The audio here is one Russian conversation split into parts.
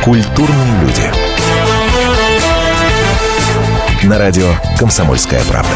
Культурные люди. На радио «Комсомольская правда».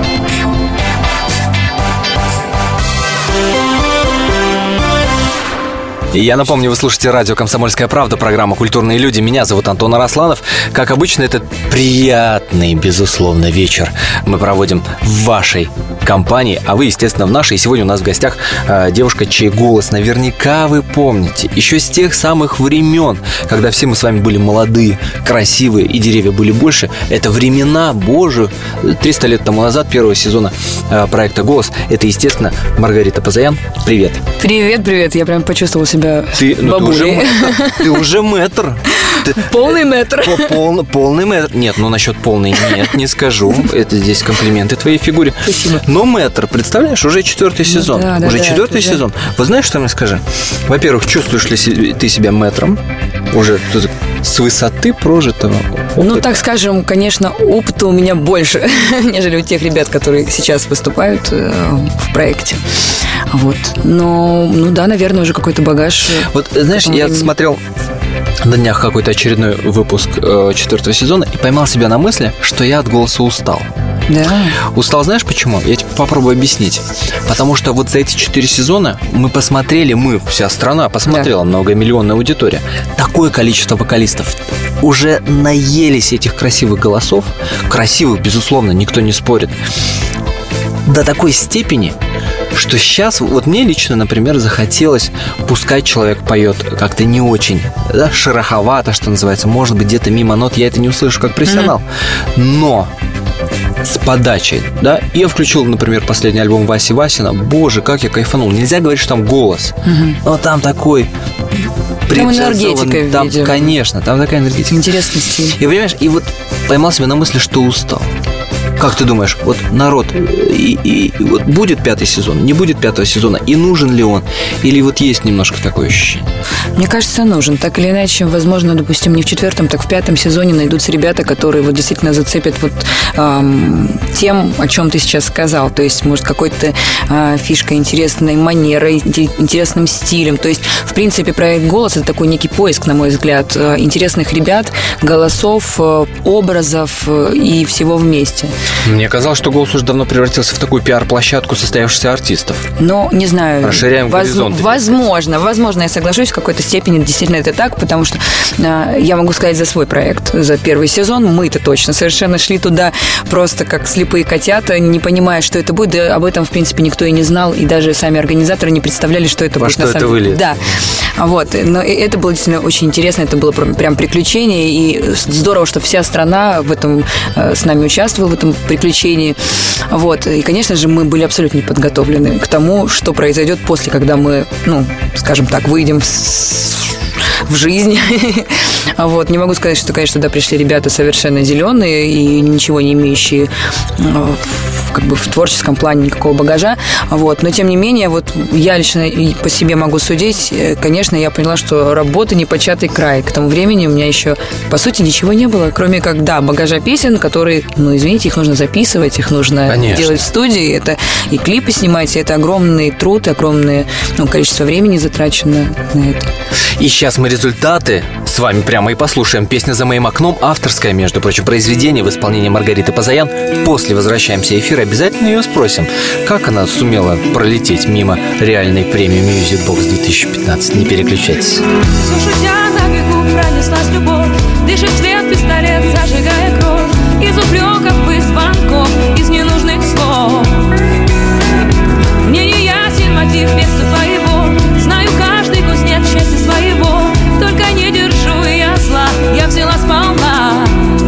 И я напомню, вы слушаете радио «Комсомольская правда», программа «Культурные люди». Меня зовут Антон Арасланов. Как обычно, это приятный, безусловно, вечер мы проводим в вашей компании, а вы, естественно, в нашей. И сегодня у нас в гостях девушка, чей голос наверняка вы помните еще с тех самых времен, когда все мы с вами были молодые, красивые и деревья были больше. Это времена, боже, 300 лет тому назад, первого сезона проекта «Голос». Это, естественно, Маргарита Позаян. Привет. Привет. Я прям почувствовала себя бабулей. Ты уже мэтр. Полный мэтр. Полный мэтр. Нет, насчет полный нет, не скажу. Это здесь комплименты твоей фигуре. Спасибо. Но мэтр, представляешь, уже 4-й сезон. Уже 4-й сезон. Вот знаешь, что мне скажи? Во-первых, чувствуешь ли ты себя мэтром? Уже с высоты прожитого опыта? Так скажем, конечно, опыта у меня больше, нежели у тех ребят, которые сейчас выступают в проекте. Вот. Но, да, наверное, уже какой-то багаж. Вот, знаешь, я смотрел на днях какой-то очередной выпуск 4-го сезона и поймал себя на мысли, что я от голоса устал. Да. Устал, знаешь почему? Я тебе попробую объяснить. Потому что вот за эти 4 сезона вся страна посмотрела, многомиллионная аудитория, такое количество вокалистов уже наелись этих красивых голосов. Красивых, безусловно, никто не спорит. До такой степени, что сейчас, вот мне лично, например, захотелось, пускай человек поет как-то не очень, да, шероховато, что называется, может быть, где-то мимо нот, я это не услышу как профессионал, но с подачей, да, я включил, например, последний альбом Васи Васина, боже, как я кайфанул, нельзя говорить, что там голос, но там такой... Там энергетика, там, конечно, там такая энергетика. Интересный стиль. И понимаешь, и вот поймал себя на мысли, что устал. Как ты думаешь, вот народ, и вот будет 5-й сезон, не будет 5-го сезона, и нужен ли он? Или вот есть немножко такое ощущение? Мне кажется, нужен. Так или иначе, возможно, допустим, не в 4-м, так в 5-м сезоне найдутся ребята, которые вот действительно зацепят вот тем, о чем ты сейчас сказал. То есть, может, какой-то фишкой, интересной манерой, интересным стилем. То есть, в принципе, проект «Голос» — это такой некий поиск, на мой взгляд, интересных ребят, голосов, образов и всего вместе. Мне казалось, что «Голос» уже давно превратился в такую пиар-площадку состоявшихся артистов. Ну, не знаю. Расширяем горизонты. Возможно, я соглашусь, в какой-то степени действительно это так, потому что я могу сказать за свой проект, за 1-й сезон, мы-то точно совершенно шли туда просто как слепые котята, не понимая, что это будет, да об этом, в принципе, никто и не знал, и даже сами организаторы не представляли, что это будет на самом деле. Да. Вот. Но это было действительно очень интересно, это было прям приключение, и здорово, что вся страна в этом с нами участвовала, в этом приключении. Вот. И, конечно же, мы были абсолютно не подготовлены к тому, что произойдет после, когда мы, скажем так, выйдем в жизнь. Вот. Не могу сказать, что, конечно, туда пришли ребята совершенно зеленые и ничего не имеющие в творческом плане никакого багажа. Вот. Но, тем не менее, вот я лично по себе могу судить. Конечно, я поняла, что работа непочатый край. К тому времени у меня еще, по сути, ничего не было, кроме как, багажа песен, которые, извините, их нужно записывать, их нужно делать в студии. Это и клипы снимать, и это огромный труд, огромное количество времени затрачено на это. И сейчас мы результаты с вами прямо и послушаем. Песня «За моим окном» авторское, между прочим, произведение в исполнении Маргариты Позаян. После возвращаемся в эфир, обязательно ее спросим, как она сумела пролететь мимо реальной премии Music Box 2015. Не переключайтесь. Все шутя на бегу пронеслась любовь, дышит свет пистолет, зажигая кровь, из упреков и звонков, из ненужных слов. Мне не ясен мотив места твоего, знаю каждый кузнец счастья своего, только не держу я зла, я взяла сполна.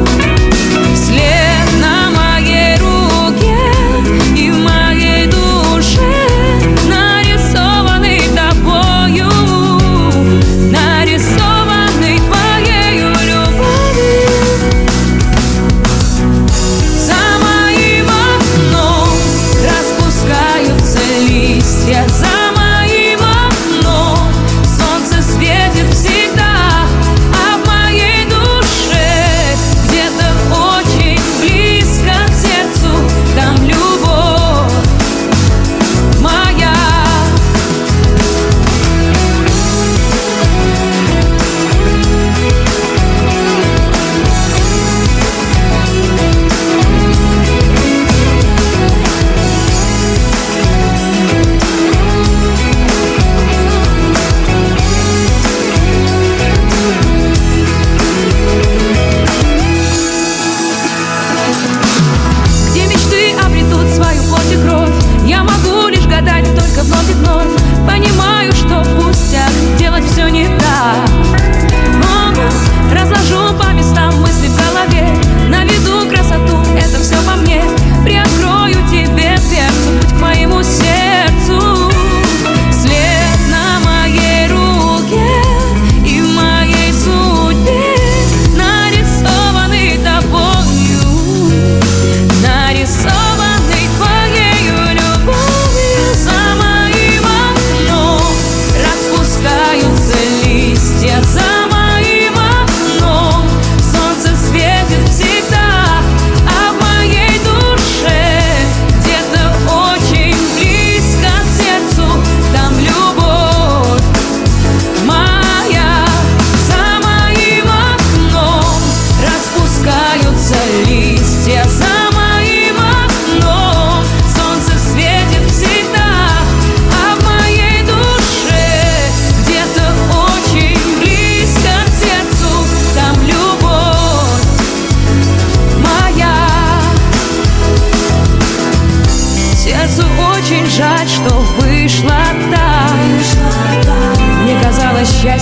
След на моей руке и в моей душе, нарисованный тобою, нарисованный твоею любовью. За моим окном распускаются листья, за моим окном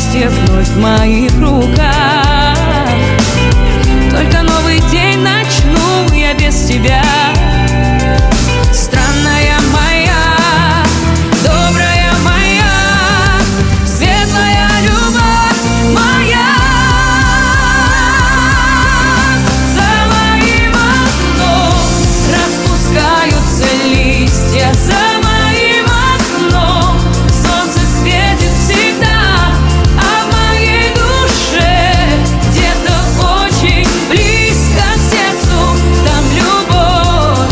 счастье вновь в моих руках. Только новый день начну я без тебя. Странная моя, добрая моя, светлая любовь моя. За моим окном распускаются листья, за моим окном солнце светит всегда, а в моей душе где-то очень близко к сердцу там любовь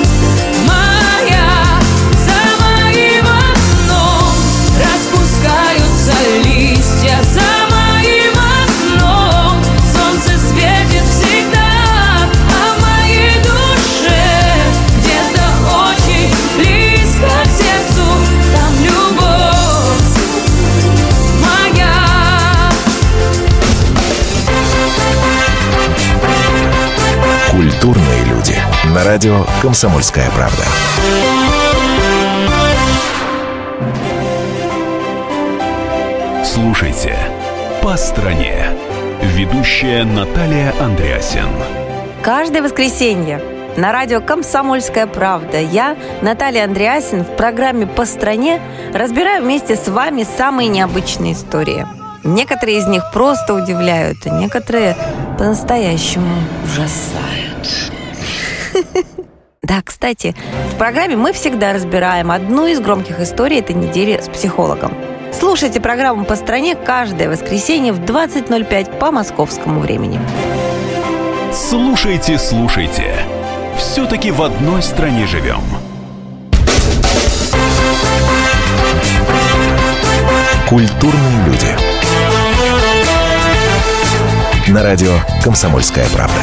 моя. За моим окном распускаются листья, за моим окном солнце светит всегда, а в моей душе где-то очень близко к сердцу там любовь моя. Культурные люди. На радио «Комсомольская правда». Слушайте «По стране». Ведущая Наталья Андреасен. Каждое воскресенье на радио «Комсомольская правда» я, Наталья Андреасен, в программе «По стране» разбираю вместе с вами самые необычные истории. Некоторые из них просто удивляют, а некоторые по-настоящему ужасают. Да, кстати, в программе мы всегда разбираем одну из громких историй этой недели с психологом. Слушайте программу «По стране» каждое воскресенье в 20:05 по московскому времени. Слушайте, слушайте. Все-таки в одной стране живем. Культурные люди. На радио «Комсомольская правда».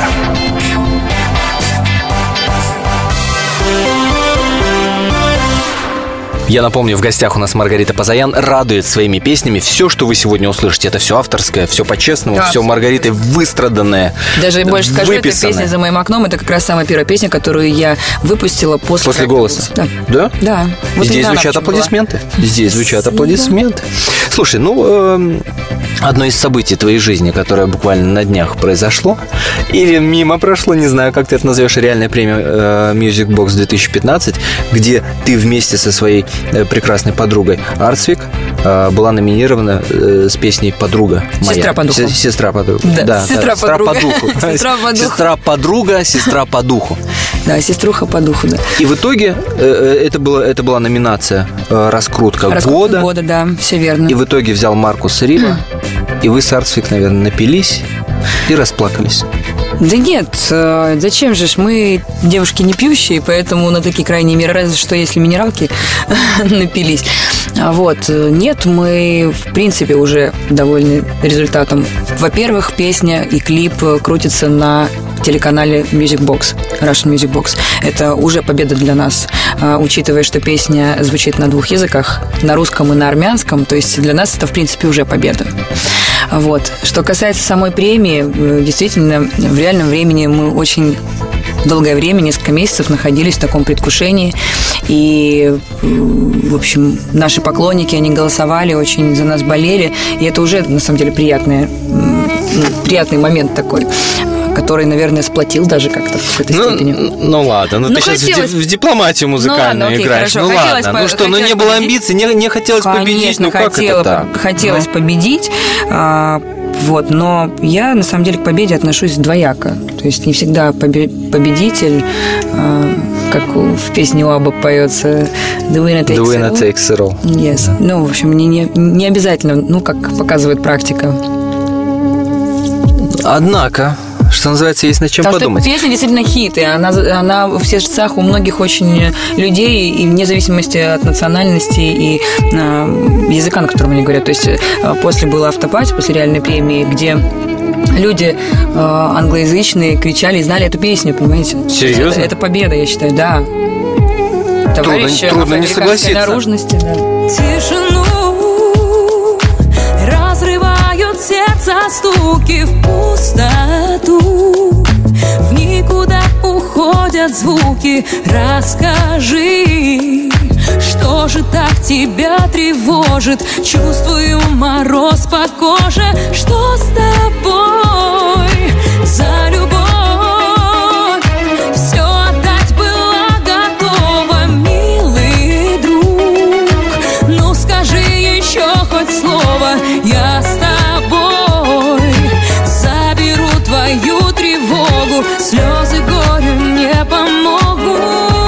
Я напомню, в гостях у нас Маргарита Позаян радует своими песнями. Все, что вы сегодня услышите, это все авторское, все по-честному, да, все Маргаритой выстраданное, даже больше скажу, эта выписанное. песня «За моим окном» — это как раз самая первая песня, которую я выпустила после «Голоса». Да? Да? Да. Вот здесь звучат аплодисменты. Здесь звучат аплодисменты. Слушай, одно из событий твоей жизни, которое буквально на днях произошло, или мимо прошло, не знаю, как ты это назовешь, реальная премия Music Box 2015, где ты вместе со своей прекрасной подругой Арцвик была номинирована с песней «Подруга моя». «Сестра по духу». «Сестра по духу». Да, «Сестра по духу». «Сестра подруга», «Сестра по духу». Да, «Сеструха по духу», да. И в итоге это была номинация «Раскрутка года». Да, все верно. И в итоге взял Маркус Рива, и вы с Арцвик, наверное, напились и расплакались. Да нет, зачем же ж, мы девушки не пьющие, поэтому на такие крайние меры, разве что если минералки напились. Вот, нет, мы в принципе уже довольны результатом. Во-первых, песня и клип крутятся на телеканале Music Box, Russian Music Box. Это уже победа для нас, учитывая, что песня звучит на двух языках, на русском и на армянском, то есть для нас это в принципе уже победа. Вот. Что касается самой премии, действительно, в реальном времени мы очень долгое время, несколько месяцев находились в таком предвкушении. И, в общем, наши поклонники, они голосовали, очень за нас болели. И это уже, на самом деле, приятный момент такой, который, наверное, сплотил даже как-то в какой-то степени. Ну ладно, ты сейчас в дипломатию музыкальную играешь. Хорошо. Ладно, не было амбиций, не хотелось победить. Конечно, как это так? Хотелось победить. Вот, но я, на самом деле, к победе отношусь двояко. То есть не всегда победитель, как в песне у Абба поется «The winner takes it all». Yes. Ну, в общем, не обязательно, как показывает практика. Однако, что называется, есть над чем подумать. Что песня действительно хит, и она в сердцах у многих очень людей, и вне зависимости от национальности и языка, на котором они говорят. То есть после был автопати, после реальной премии, где люди англоязычные кричали и знали эту песню, понимаете? Серьезно? Это победа, я считаю, да. Трудно не согласиться. Наружности, да. Тишину разрывают сердце стуки в пустоту. В никуда уходят звуки. Расскажи, Что же так тебя тревожит? Чувствую мороз по коже. Что с тобой за любовь? Все отдать была готова, милый друг. Ну скажи еще хоть слово, я с тобой. Заберу твою тревогу, слезы горю не помогут.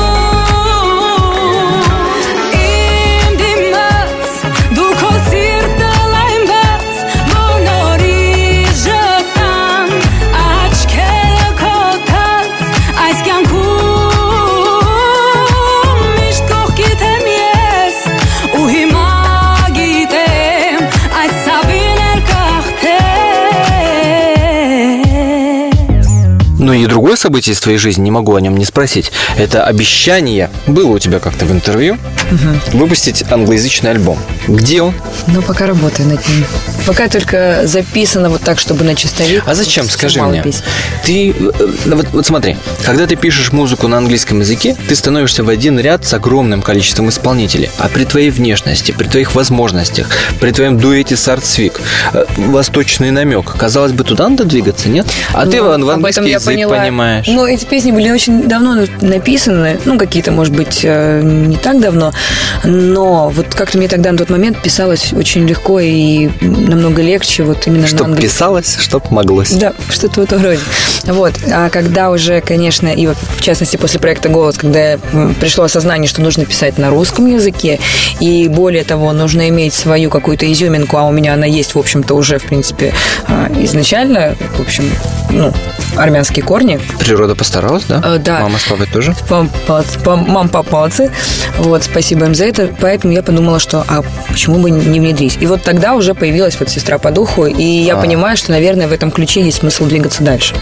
Ну и другое событие из твоей жизни, не могу о нем не спросить. Это обещание, было у тебя как-то в интервью, выпустить англоязычный альбом. Где он? Ну, пока работаю над ним. Пока только записано вот так, чтобы на чистовик. А зачем, скажи мне? Ты, вот смотри, когда ты пишешь музыку на английском языке, ты становишься в один ряд с огромным количеством исполнителей. А при твоей внешности, при твоих возможностях, при твоем дуэте с Art Svig, восточный намек, казалось бы, туда надо двигаться, нет? А ты в английский язык понимаешь. Ну, эти песни были очень давно написаны. Ну, какие-то, может быть, не так давно. Но вот как-то мне тогда на тот момент писалось очень легко и намного легче вот именно чтоб на английском. Писалось, чтоб моглось. Да, что-то в этом роде. Вот. А когда уже, конечно, и в частности после проекта «Голос», когда пришло осознание, что нужно писать на русском языке, и более того, нужно иметь свою какую-то изюминку, а у меня она есть, в общем-то, уже, в принципе, изначально, в общем, ну, армянские корни. Природа постаралась, да? Да. Мама с папой тоже? Мам, папа, молодцы. Вот, спасибо им за это. Поэтому я подумала, что почему бы не внедрить? И вот тогда уже появилась вот сестра по духу, и я понимаю, что, наверное, в этом ключе есть смысл двигаться дальше.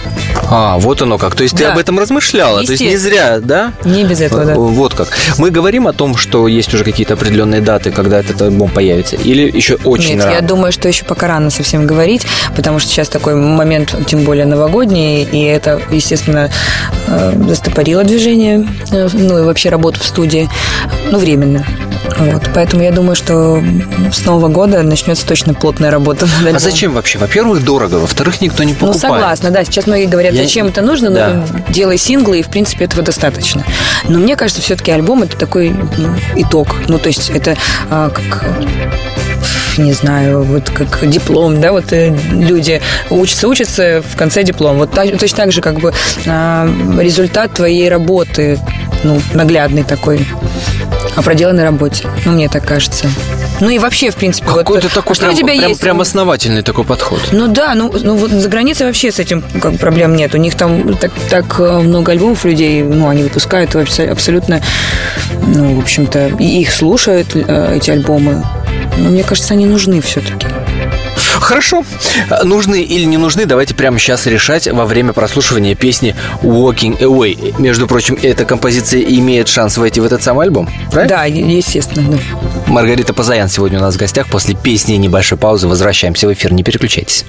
Вот оно как. То есть ты об этом размышляла? То есть не зря, да? Не без этого, да. Вот как. Мы говорим о том, что есть уже какие-то определенные даты, когда этот альбом появится? Или еще очень рано? Нет, я думаю, что еще пока рано совсем говорить, потому что сейчас такой момент, тем более новогодний, и это, естественно, застопорило движение, ну и вообще работу в студии, ну, временно. Вот. Поэтому я думаю, что с Нового года начнется точно плотная работа над альбомом. А зачем вообще? Во-первых, дорого, во-вторых, никто не покупает. Ну, согласна, да. Сейчас многие говорят, зачем это нужно, но делай синглы, и, в принципе, этого достаточно. Но мне кажется, все-таки альбом – это такой итог. Ну, то есть это как... не знаю, вот как диплом, да, вот люди учатся, в конце диплом. Вот точно так же как бы результат твоей работы, ну, наглядный такой, о проделанной работе. Ну, мне так кажется. Ну и вообще, в принципе, какой-то вот, такой что у тебя есть? Прям основательный такой подход. Ну да, ну вот за границей вообще с этим как бы проблем нет. У них там так много альбомов людей, ну, они выпускают абсолютно, ну, в общем-то, и их слушают, эти альбомы. Но мне кажется, они нужны все-таки. Хорошо. Нужны или не нужны, давайте прямо сейчас решать во время прослушивания песни Walking Away. Между прочим, эта композиция имеет шанс войти в этот самый альбом, правильно? Да, естественно, да. Маргарита Позаян сегодня у нас в гостях. После песни и небольшой паузы возвращаемся в эфир. Не переключайтесь.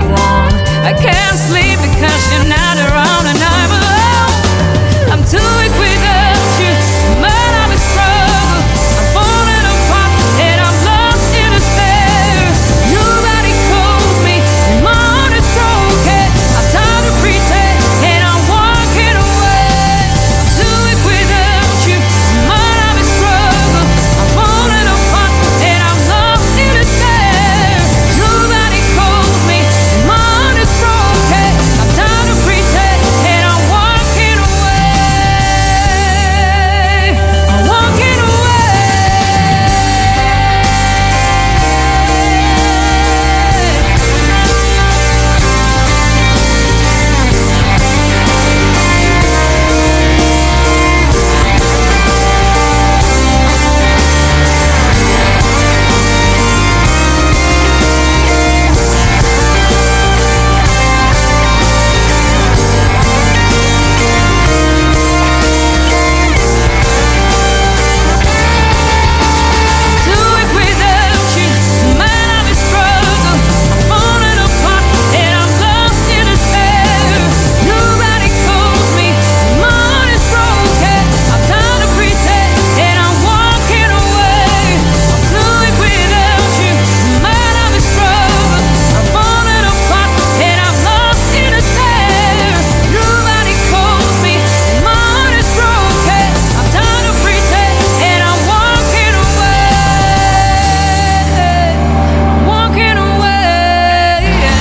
wrong. I can't sleep because you're not around and I'm alone. I'm too weak without you, but I'm a struggle. I'm falling apart and I'm lost in despair. Nobody calls me, my heart is broken. I'm tired of pretend and I'm walking away. I'm too weak without you, but I'm a struggle. I'm falling apart and I'm lost in despair. Nobody calls me, my heart is broken. I'm tired of pretend and I'm walking away. I'm walking away. Do it without you, man, I'm a struggle. I'm falling apart and I'm lost in despair. Nobody calls me, my heart is broken. I'm tired of pretend and I'm walking away. Do it without you, man, I'm a struggle. I'm falling apart and I'm lost in despair. Nobody calls me, my heart is broken. I'm tired of pretend and I'm walking away. I'm walking away.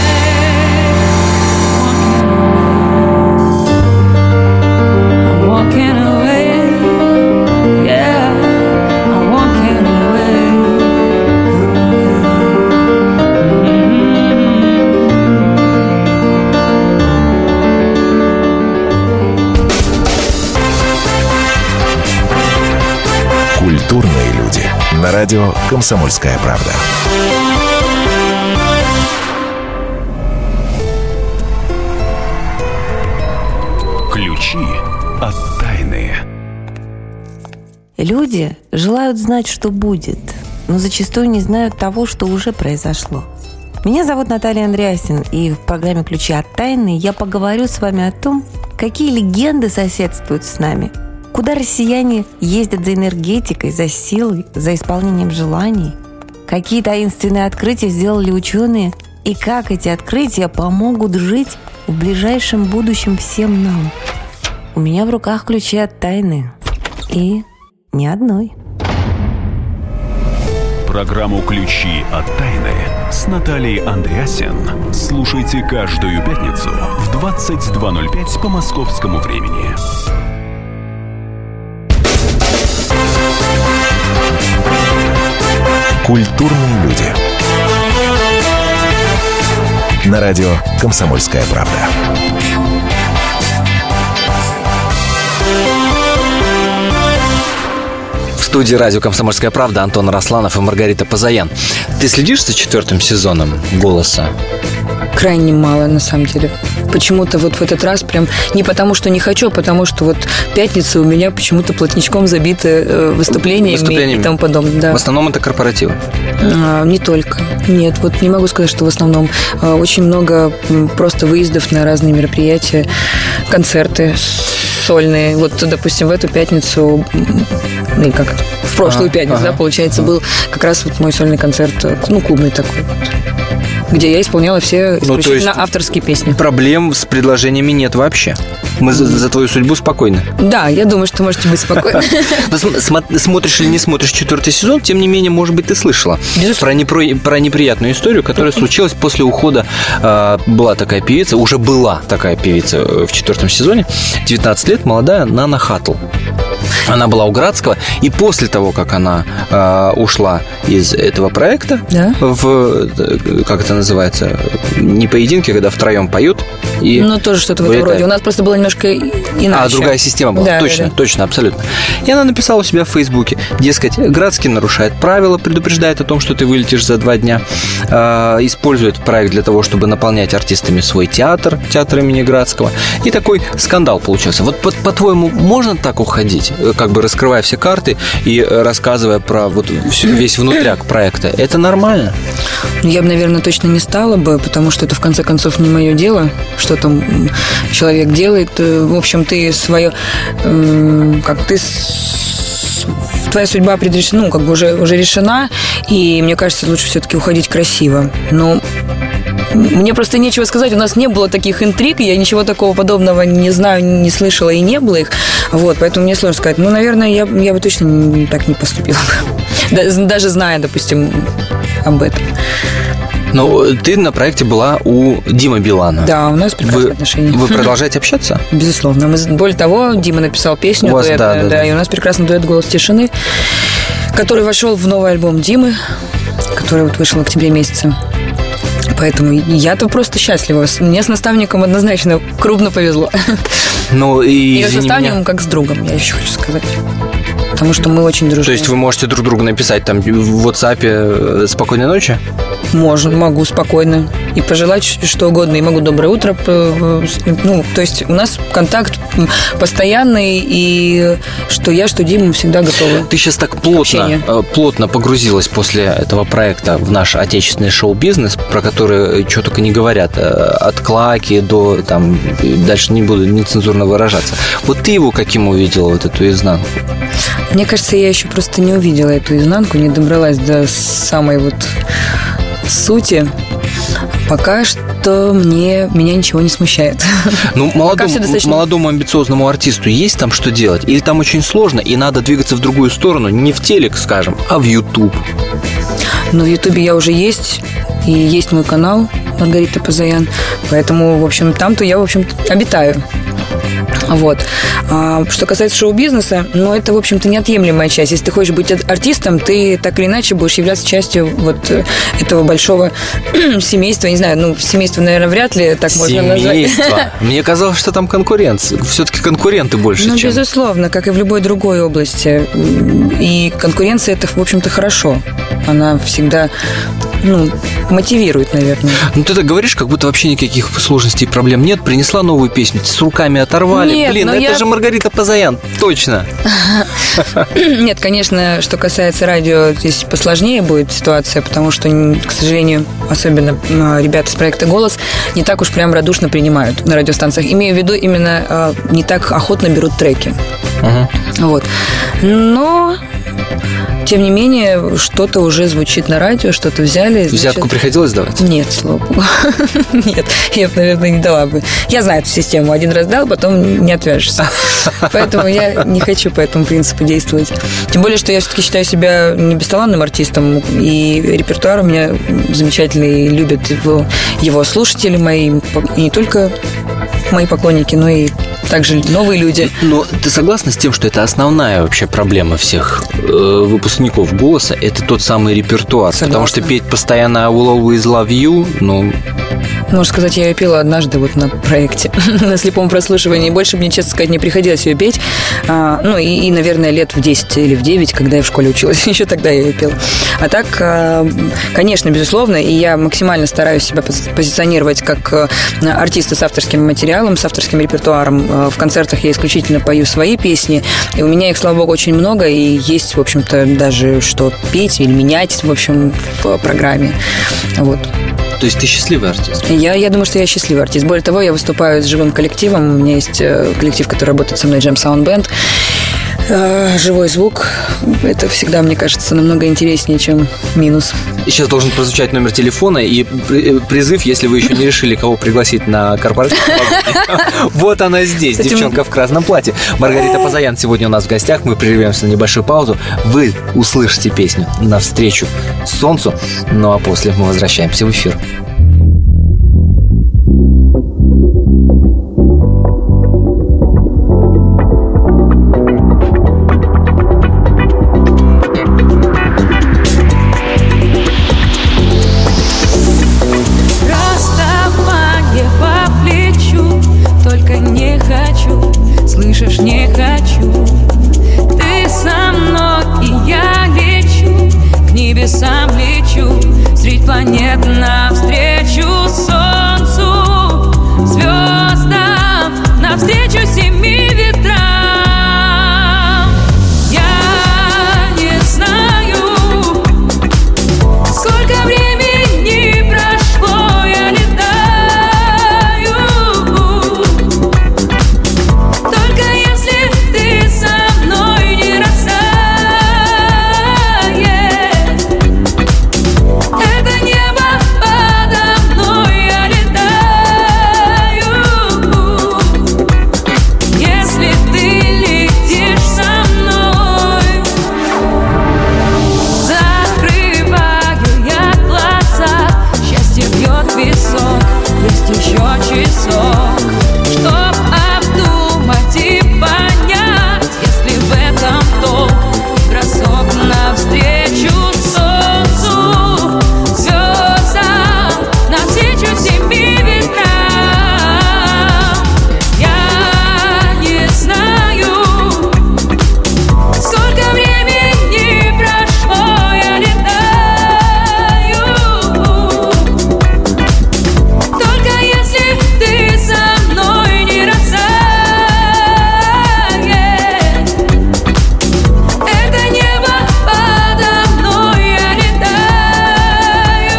I'm walking away. Yeah, I'm walking away. Культурные люди. На радио «Комсомольская правда». Ключи от тайны. Люди желают знать, что будет, но зачастую не знают того, что уже произошло. Меня зовут Наталья Андреасин, и в программе «Ключи от тайны» я поговорю с вами о том, какие легенды соседствуют с нами, куда россияне ездят за энергетикой, за силой, за исполнением желаний, какие таинственные открытия сделали ученые и как эти открытия помогут жить в ближайшем будущем всем нам. У меня в руках ключи от тайны. И ни одной. Программу «Ключи от тайны» с Натальей Андреасин слушайте каждую пятницу в 22:05 по московскому времени. Культурные люди. На радио «Комсомольская правда». В студии радио «Комсомольская правда» Антон Росланов и Маргарита Позаян. Ты следишь за 4-м сезоном «Голоса»? Крайне мало, на самом деле. Почему-то вот в этот раз прям не потому, что не хочу, а потому что вот пятница у меня почему-то плотничком забита выступлениями и тому подобное. Да. В основном это корпоративы? Не только. Нет, вот не могу сказать, что в основном. Очень много просто выездов на разные мероприятия, концерты сольные. Вот, допустим, в эту пятницу, в прошлую пятницу, да, получается, был как раз вот мой сольный концерт, клубный такой вот, где я исполняла все исключительно авторские песни. Проблем с предложениями нет вообще. Мы за твою судьбу спокойны. Да, я думаю, что можете быть спокойны. Смотришь или не смотришь 4-й сезон, тем не менее, может быть, ты слышала про неприятную историю, которая случилась после ухода. Была такая певица в 4-м сезоне, 19 лет, молодая Нана Хаттл. Она была у Градского, и после того, как она ушла из этого проекта, да? Как это называется, не поединки, когда втроем поют. И тоже что-то в этом роде. У нас просто было немножко иначе. Другая система была, да, точно, абсолютно. И она написала у себя в Фейсбуке, дескать, Градский нарушает правила, предупреждает о том, что ты вылетишь за 2 дня, использует проект для того, чтобы наполнять артистами свой театр имени Градского. И такой скандал получился. Вот по-твоему, можно так уходить, как бы раскрывая все карты и рассказывая про весь внутряк проекта? Это нормально? Я бы, наверное, точно не стала бы, потому что это, в конце концов, не мое дело, что там человек делает. В общем, ты свое... Твоя судьба предрешена, как бы уже решена, и мне кажется, лучше все-таки уходить красиво. Но мне просто нечего сказать, у нас не было таких интриг, я ничего такого подобного не знаю, не слышала и не было их, вот, поэтому мне сложно сказать. Ну, наверное, я бы точно так не поступила бы, даже зная, допустим, об этом. Ну, ты на проекте была у Димы Билана. Да, у нас прекрасные отношения. Вы продолжаете общаться? Безусловно. Более того, Дима написал песню, дуэт, да, и у нас прекрасный дуэт «Голос тишины», который вошел в новый альбом Димы, который вот вышел в октябре месяце. Поэтому я-то просто счастлива. Мне с наставником однозначно крупно повезло. Ну, и с наставником как с другом, я еще хочу сказать. Потому что мы очень дружим. То есть вы можете друг другу написать там в WhatsApp «Спокойной ночи»? Могу спокойно. И пожелать что угодно. И могу «Доброе утро». Ну, то есть у нас контакт постоянный. И что я, что Дима всегда готовы. Ты сейчас так плотно погрузилась после этого проекта в наш отечественный шоу-бизнес, про который что только не говорят. От клаки до там... Дальше не буду нецензурно выражаться. Вот ты его каким увидела, вот эту изнанку? Мне кажется, я еще просто не увидела эту изнанку, не добралась до самой вот сути. Пока что меня ничего не смущает. Ну, молодому амбициозному артисту есть там что делать? Или там очень сложно, и надо двигаться в другую сторону, не в телек, скажем, а в YouTube? Ну, в Ютубе я уже есть, и есть мой канал Маргарита Позаян, поэтому, в общем, там-то я, в общем, обитаю. Вот. Что касается шоу-бизнеса, ну, это, в общем-то, неотъемлемая часть. Если ты хочешь быть артистом, ты так или иначе будешь являться частью вот этого большого семейства. Не знаю, ну, семейство, наверное, вряд ли так можно назвать. Семейство? Мне казалось, что там конкуренция. Все-таки конкуренты больше, ну, безусловно, как и в любой другой области. И конкуренция – это, в общем-то, хорошо. Она всегда... мотивирует, наверное. Ну, ты так говоришь, как будто вообще никаких сложностей и проблем нет. Принесла новую песню, с руками оторвали. Нет, блин, это же Маргарита Позаян, точно. Нет, конечно, что касается радио, здесь посложнее будет ситуация, потому что, к сожалению, особенно ребята с проекта «Голос» не так уж прям радушно принимают на радиостанциях. Имею в виду, именно не так охотно берут треки. Вот. Но... Тем не менее, что-то уже звучит на радио, что-то взяли. Взятку приходилось давать? Нет, слава богу. Нет, я бы, наверное, не дала бы. Я знаю эту систему. Один раз дал, потом не отвяжешься. Поэтому я не хочу по этому принципу действовать. Тем более, что я все-таки считаю себя не бесталанным артистом. И репертуар у меня замечательный. Любят его слушатели мои. И не только мои поклонники, но и также новые люди. Но ты согласна с тем, что это основная вообще проблема всех выпускников «Голоса»? Это тот самый репертуар. Согласна. Потому что петь постоянно «I will always love you», ну... Можно сказать, я ее пела однажды вот на проекте, на слепом прослушивании. Больше мне, честно сказать, не приходилось ее петь. Наверное, лет в 10 или в 9, когда я в школе училась, еще тогда я ее пела. А так, конечно, безусловно, и я максимально стараюсь себя позиционировать как артиста с авторским материалом, с авторским репертуаром. В концертах я исключительно пою свои песни, и у меня их, слава богу, очень много, и есть, в общем-то, даже что петь или менять, в общем, в программе. Вот. То есть ты счастливый артист? Я думаю, что я счастливый артист. Более того, я выступаю с живым коллективом. У меня есть коллектив, который работает со мной, Jam Sound Band. Живой звук. Это всегда, мне кажется, намного интереснее, чем минус. Сейчас должен прозвучать номер телефона и призыв, если вы еще не решили, кого пригласить на корпоратив. Вот она здесь, девчонка в красном платье. Маргарита Позаян сегодня у нас в гостях. Мы прервемся на небольшую паузу. Вы услышите песню «Навстречу солнцу». Ну а после мы возвращаемся в эфир. Средь планет навстречу. свежий сок, чтоб обдумать и понять, если в этом толк. Бросок навстречу солнцу, звездам, навстречу семи ветрам. Я не знаю, сколько времени прошло, я летаю. Только если ты со мной не растаешь, это небо подо мной, я летаю.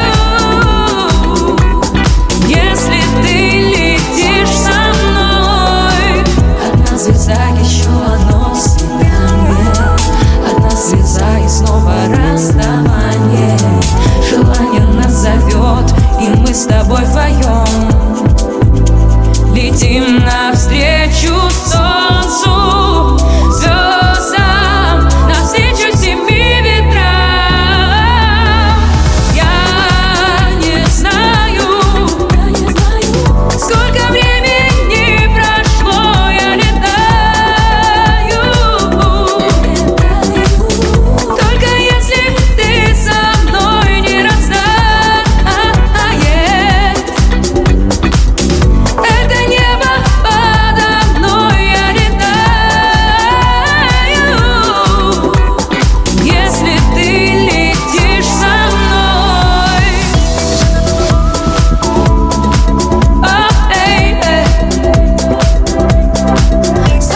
Если ты летишь со мной, одна звезда, еще одно свидание, одна звезда и снова расставание. Желание нас зовет, и мы с тобой вдвоем летим навстречу солнцу, звездам, навстречу семи ветрам. Я не знаю, сколько времени прошло, я летаю. Только если ты со мной не растаешь, это небо подо мной, я летаю. Если ты летишь со мной, со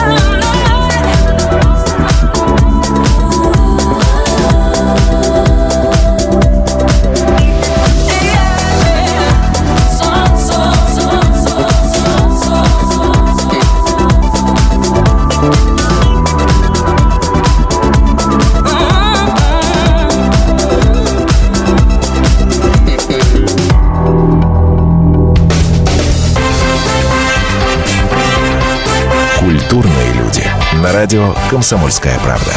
Культурные люди. На радио «Комсомольская правда».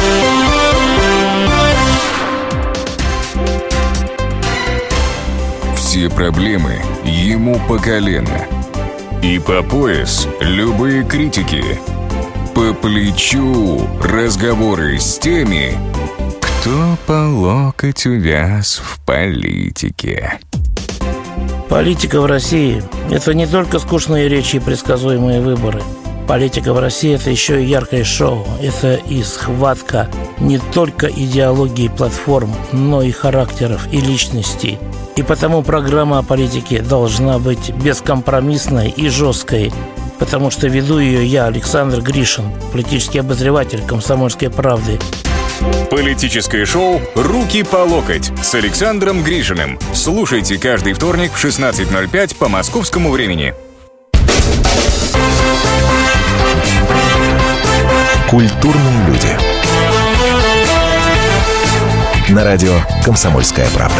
Все проблемы ему по колено. И по пояс любые критики. По плечу разговоры с теми, кто по локоть увяз в политике. Политика в России – это не только скучные речи и предсказуемые выборы. Политика в России – это еще и яркое шоу. Это и схватка не только идеологии платформ, но и характеров и личностей. И потому программа о политике должна быть бескомпромиссной и жесткой, потому что веду ее я, Александр Гришин, политический обозреватель «Комсомольской правды». Политическое шоу «Руки по локоть» с Александром Гришиным. Слушайте каждый вторник в 16:05 по московскому времени. Культурные люди. На радио «Комсомольская правда».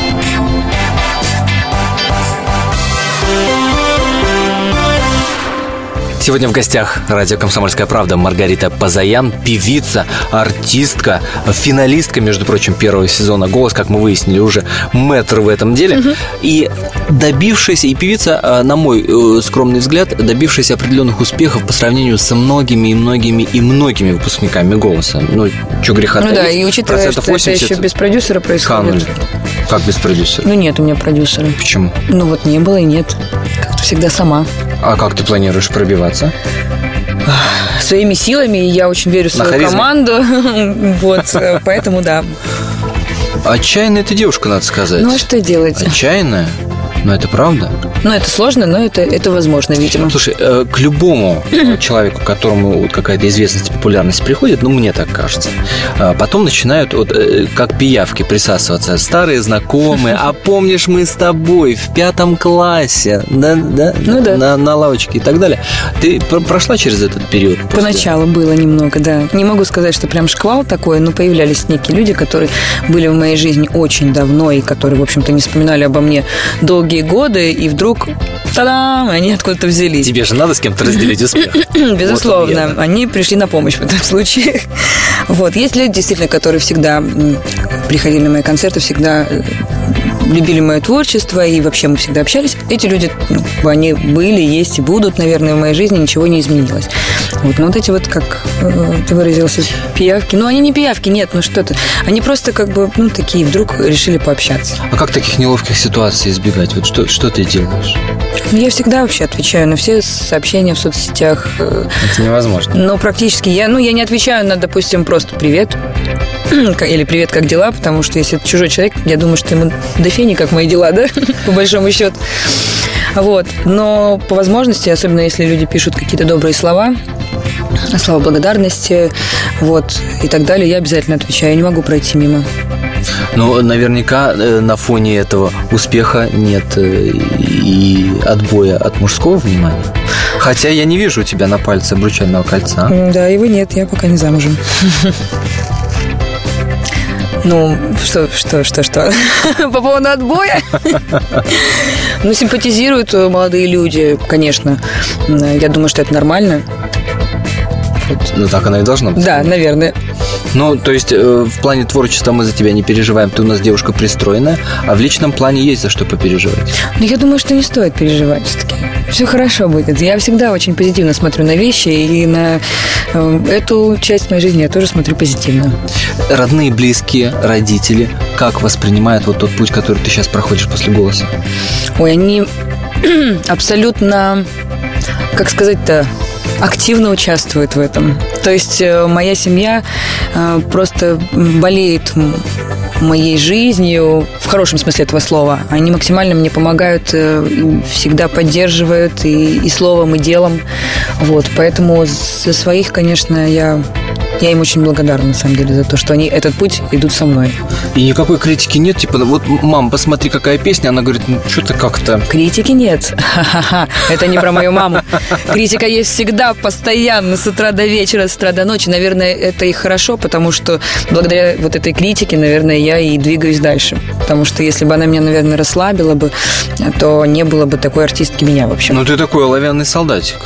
Сегодня в гостях радио «Комсомольская правда» Маргарита Позаян, певица, артистка, финалистка, между прочим, первого сезона «Голос», как мы выяснили, уже мэтр в этом деле. И добившаяся, и певица, на мой скромный взгляд, добившаяся определенных успехов по сравнению со многими и многими выпускниками «Голоса». Ну, что греха таить. Ну да, и учитывая, что 80 это еще без продюсера происходит. Канули. Как без продюсера? Ну нет у меня продюсера. Почему? Ну вот не было и нет. Как-то всегда сама. А как ты планируешь пробиваться? Своими силами, я очень верю в свою команду. Вот, поэтому да. Отчаянная ты девушка, надо сказать. Ну а что делать? Отчаянная? Но это правда? Ну, это сложно, но это возможно, видимо. Слушай, к любому человеку, которому вот какая-то известность, популярность приходит, ну, мне так кажется, потом начинают, вот, как пиявки, присасываться. Старые знакомые, а помнишь, мы с тобой в 5 классе, да? Ну, да. На лавочке и так далее. Ты прошла через этот период? Поначалу было немного, да. Не могу сказать, что прям шквал такой, но появлялись некие люди, которые были в моей жизни очень давно и которые, в общем-то, не вспоминали обо мне долгие годы, и вдруг, та-дам, они откуда-то взялись. Тебе же надо с кем-то разделить успех. Безусловно. Вот они пришли на помощь в этом случае. Вот. Есть люди, действительно, которые всегда приходили на мои концерты, всегда любили мое творчество, и вообще мы всегда общались. Эти люди, они были, есть и будут, наверное, в моей жизни, ничего не изменилось. Вот, но вот эти вот, как ты выразился, пиявки. Они не пиявки, нет, что-то. Они просто такие вдруг решили пообщаться. А как таких неловких ситуаций избегать? Вот что ты делаешь? Я всегда вообще отвечаю на все сообщения в соцсетях. Это невозможно. Но практически я не отвечаю на, допустим, просто «привет». Или «привет, как дела?», потому что если это чужой человек, я думаю, что ему до фени, как мои дела, да, по большому счету. Вот. Но по возможности, особенно если люди пишут какие-то добрые слова благодарности, вот, и так далее, я обязательно отвечаю, я не могу пройти мимо. Но наверняка на фоне этого успеха нет и отбоя от мужского внимания. Хотя я не вижу у тебя на пальце обручального кольца. Да, его нет, я пока не замужем. Что? По поводу отбоя? Симпатизируют молодые люди, конечно. Я думаю, что это нормально. Так оно и должно быть. Да, наверное. То есть в плане творчества мы за тебя не переживаем. Ты у нас девушка пристроенная, а в личном плане есть за что попереживать. Я думаю, что не стоит переживать все-таки. Все хорошо будет. Я всегда очень позитивно смотрю на вещи, и на эту часть моей жизни я тоже смотрю позитивно. Родные, близкие, родители, как воспринимают вот тот путь, который ты сейчас проходишь после «Голоса»? Ой, они абсолютно, как сказать-то, активно участвуют в этом. То есть моя семья просто болеет моей жизнью, в хорошем смысле этого слова. Они максимально мне помогают, всегда поддерживают и словом, и делом. Вот. Поэтому за своих, конечно, я им очень благодарна, на самом деле, за то, что они этот путь идут со мной. И никакой критики нет? Типа, вот, мам, посмотри, какая песня. Она говорит, что-то как-то... Критики нет. Ха-ха-ха. Это не про мою маму. Критика есть всегда, постоянно, с утра до вечера, с утра до ночи. Наверное, это и хорошо, потому что благодаря вот этой критике, наверное, я и двигаюсь дальше. Потому что если бы она меня, наверное, расслабила бы, то не было бы такой артистки меня, в общем. Ты такой оловянный солдатик.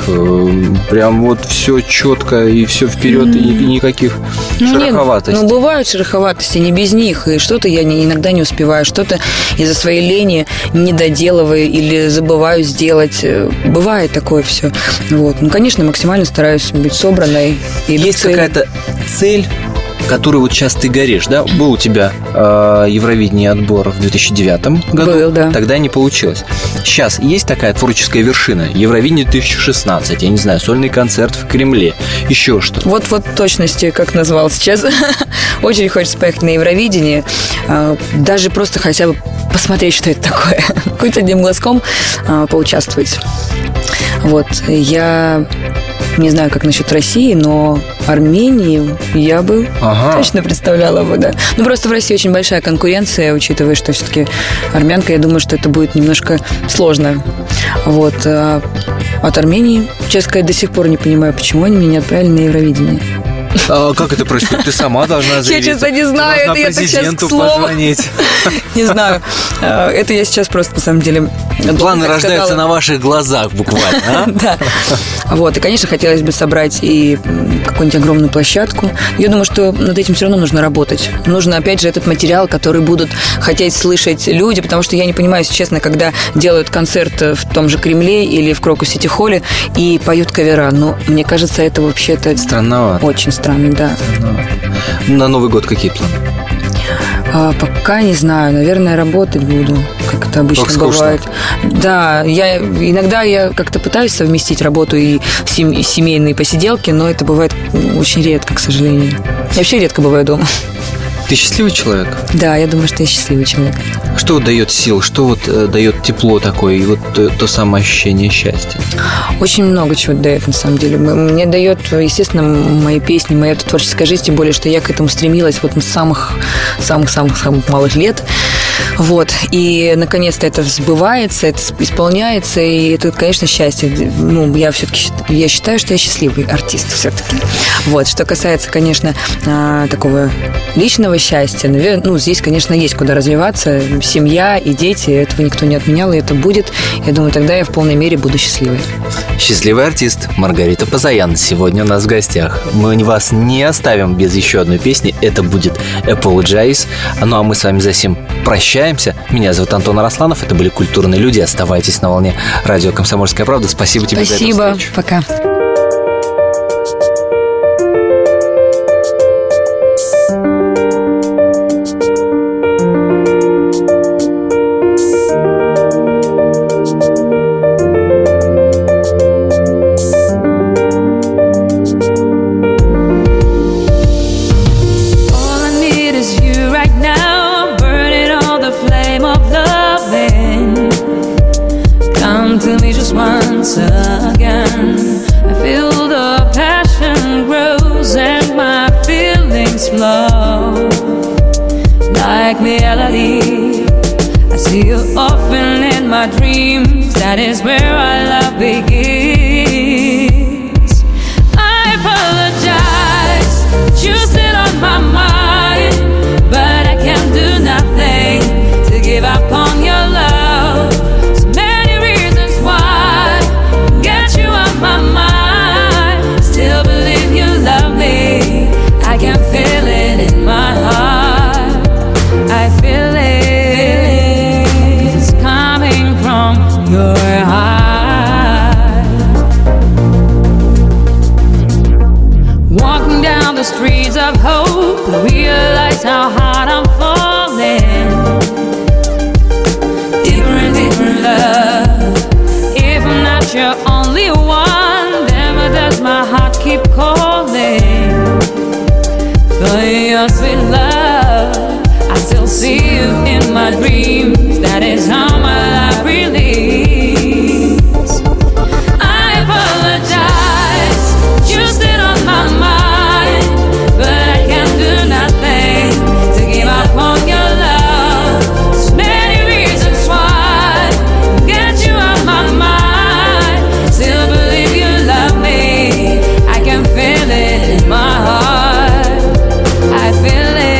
Прям вот все четко и все вперед, и никаких шероховатостей. Бывают шероховатости, не без них. И что-то я иногда не успеваю, что-то из-за своей лени не доделываю или забываю сделать. Бывает такое все. Вот. Конечно, максимально стараюсь быть собранной. Есть какая-то цель, которой вот сейчас ты горишь, да? Был у тебя Евровидение отбор в 2009 году. Был, да. Тогда не получилось. Сейчас есть такая творческая вершина? Евровидение 2016, я не знаю, сольный концерт в Кремле, еще что? Вот точности, как назвал сейчас. Очень хочется поехать на Евровидение. Даже просто хотя бы посмотреть, что это такое. Хоть одним глазком поучаствовать. Вот. Я не знаю, как насчет России, но Армению я бы точно представляла бы, да. Просто в России очень большая конкуренция, учитывая, что все-таки армянка, я думаю, что это будет немножко сложно. Вот. А от Армении, честно сказать, до сих пор не понимаю, почему они меня не отправили на Евровидение. А как это происходит? Ты сама должна заявиться. Я, честно, не знаю. Это я сейчас к слову. Позвонить. Не знаю. Это я сейчас просто, на самом деле... Планы рождаются на ваших глазах буквально, да. Вот. И, конечно, хотелось бы собрать и какую-нибудь огромную площадку. Я думаю, что над этим все равно нужно работать. Нужно, опять же, этот материал, который будут хотеть слышать люди, потому что я не понимаю, если честно, когда делают концерт в том же Кремле или в Крокус-Сити-Холле и поют кавера. Но мне кажется, это вообще-то... Странновато. Очень странно, да. На Новый год какие планы? Пока не знаю. Наверное, работать буду, как это обычно бывает. Да, иногда я как-то пытаюсь совместить работу и семейные посиделки, но это бывает очень редко, к сожалению. Я вообще редко бываю дома. Ты счастливый человек? Да, я думаю, что я счастливый человек. Что вот дает сил? Что вот дает тепло такое и вот то самое ощущение счастья? Очень много чего дает, на самом деле. Мне дает, естественно, мои песни, моя творческая жизнь, тем более, что я к этому стремилась вот с самых малых лет. Вот. И, наконец-то, это сбывается, это исполняется, и это, конечно, счастье. Я считаю, что я счастливый артист все-таки. Вот. Что касается, конечно, такого личного счастья, наверное, здесь, конечно, есть куда развиваться. Семья и дети, этого никто не отменял, и это будет. Я думаю, тогда я в полной мере буду счастливой. Счастливый артист Маргарита Позаян сегодня у нас в гостях. Мы вас не оставим без еще одной песни. Это будет Apologize. Ну, а мы с вами за сим прощаемся. прощаемся. Меня зовут Антон Арасланов. Это были «Культурные люди». Оставайтесь на волне радио «Комсомольская правда». Спасибо тебе за эту встречу. Спасибо. Пока. Like melody, I see you often in my dreams. That is where our love begins. I apologize, but you still on my mind. But I can't do nothing to give up on your love. So many reasons why get you on my mind. Still believe you love me. I can feel it in my heart. I feel it, it's coming from your heart. Walking down the streets of hope, I realize how hard I'm falling. Deeper and deeper in love. If I'm not your only one, then why does my heart keep calling for your sweet love? I still see you in my dreams. That is how my life relieves. I apologize, you still on my mind. But I can't do nothing to give up on your love. So many reasons why get you on my mind. Still believe you love me. I can feel it in my heart. I feel it.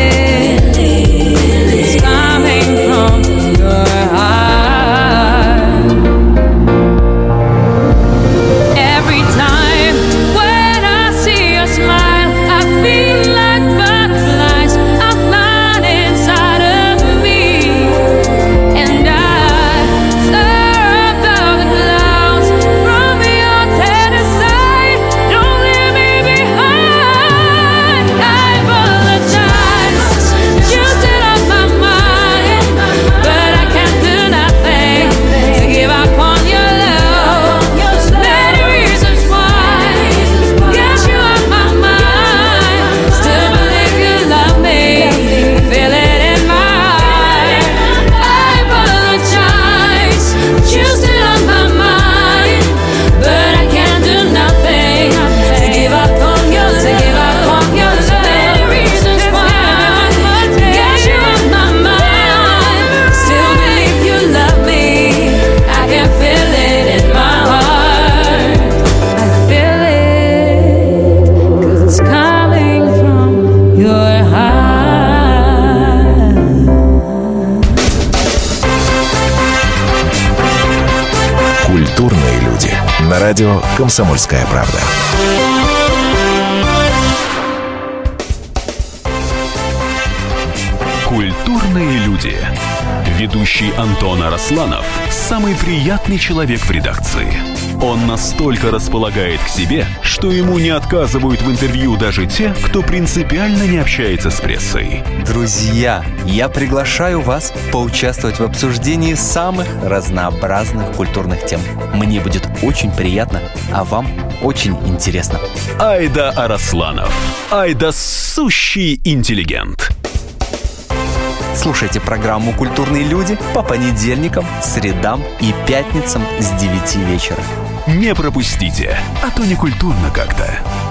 Культурные люди. На радио «Комсомольская правда». Культурные люди. Ведущий Антон Арасланов – самый приятный человек в редакции. Он настолько располагает к себе, что ему не отказывают в интервью даже те, кто принципиально не общается с прессой. Друзья, я приглашаю вас поучаствовать в обсуждении самых разнообразных культурных тем. Мне будет очень приятно, а вам очень интересно. Айда Арасланов. Айда сущий интеллигент. Слушайте программу «Культурные люди» по понедельникам, средам и пятницам с 9 вечера. Не пропустите, а то не культурно как-то.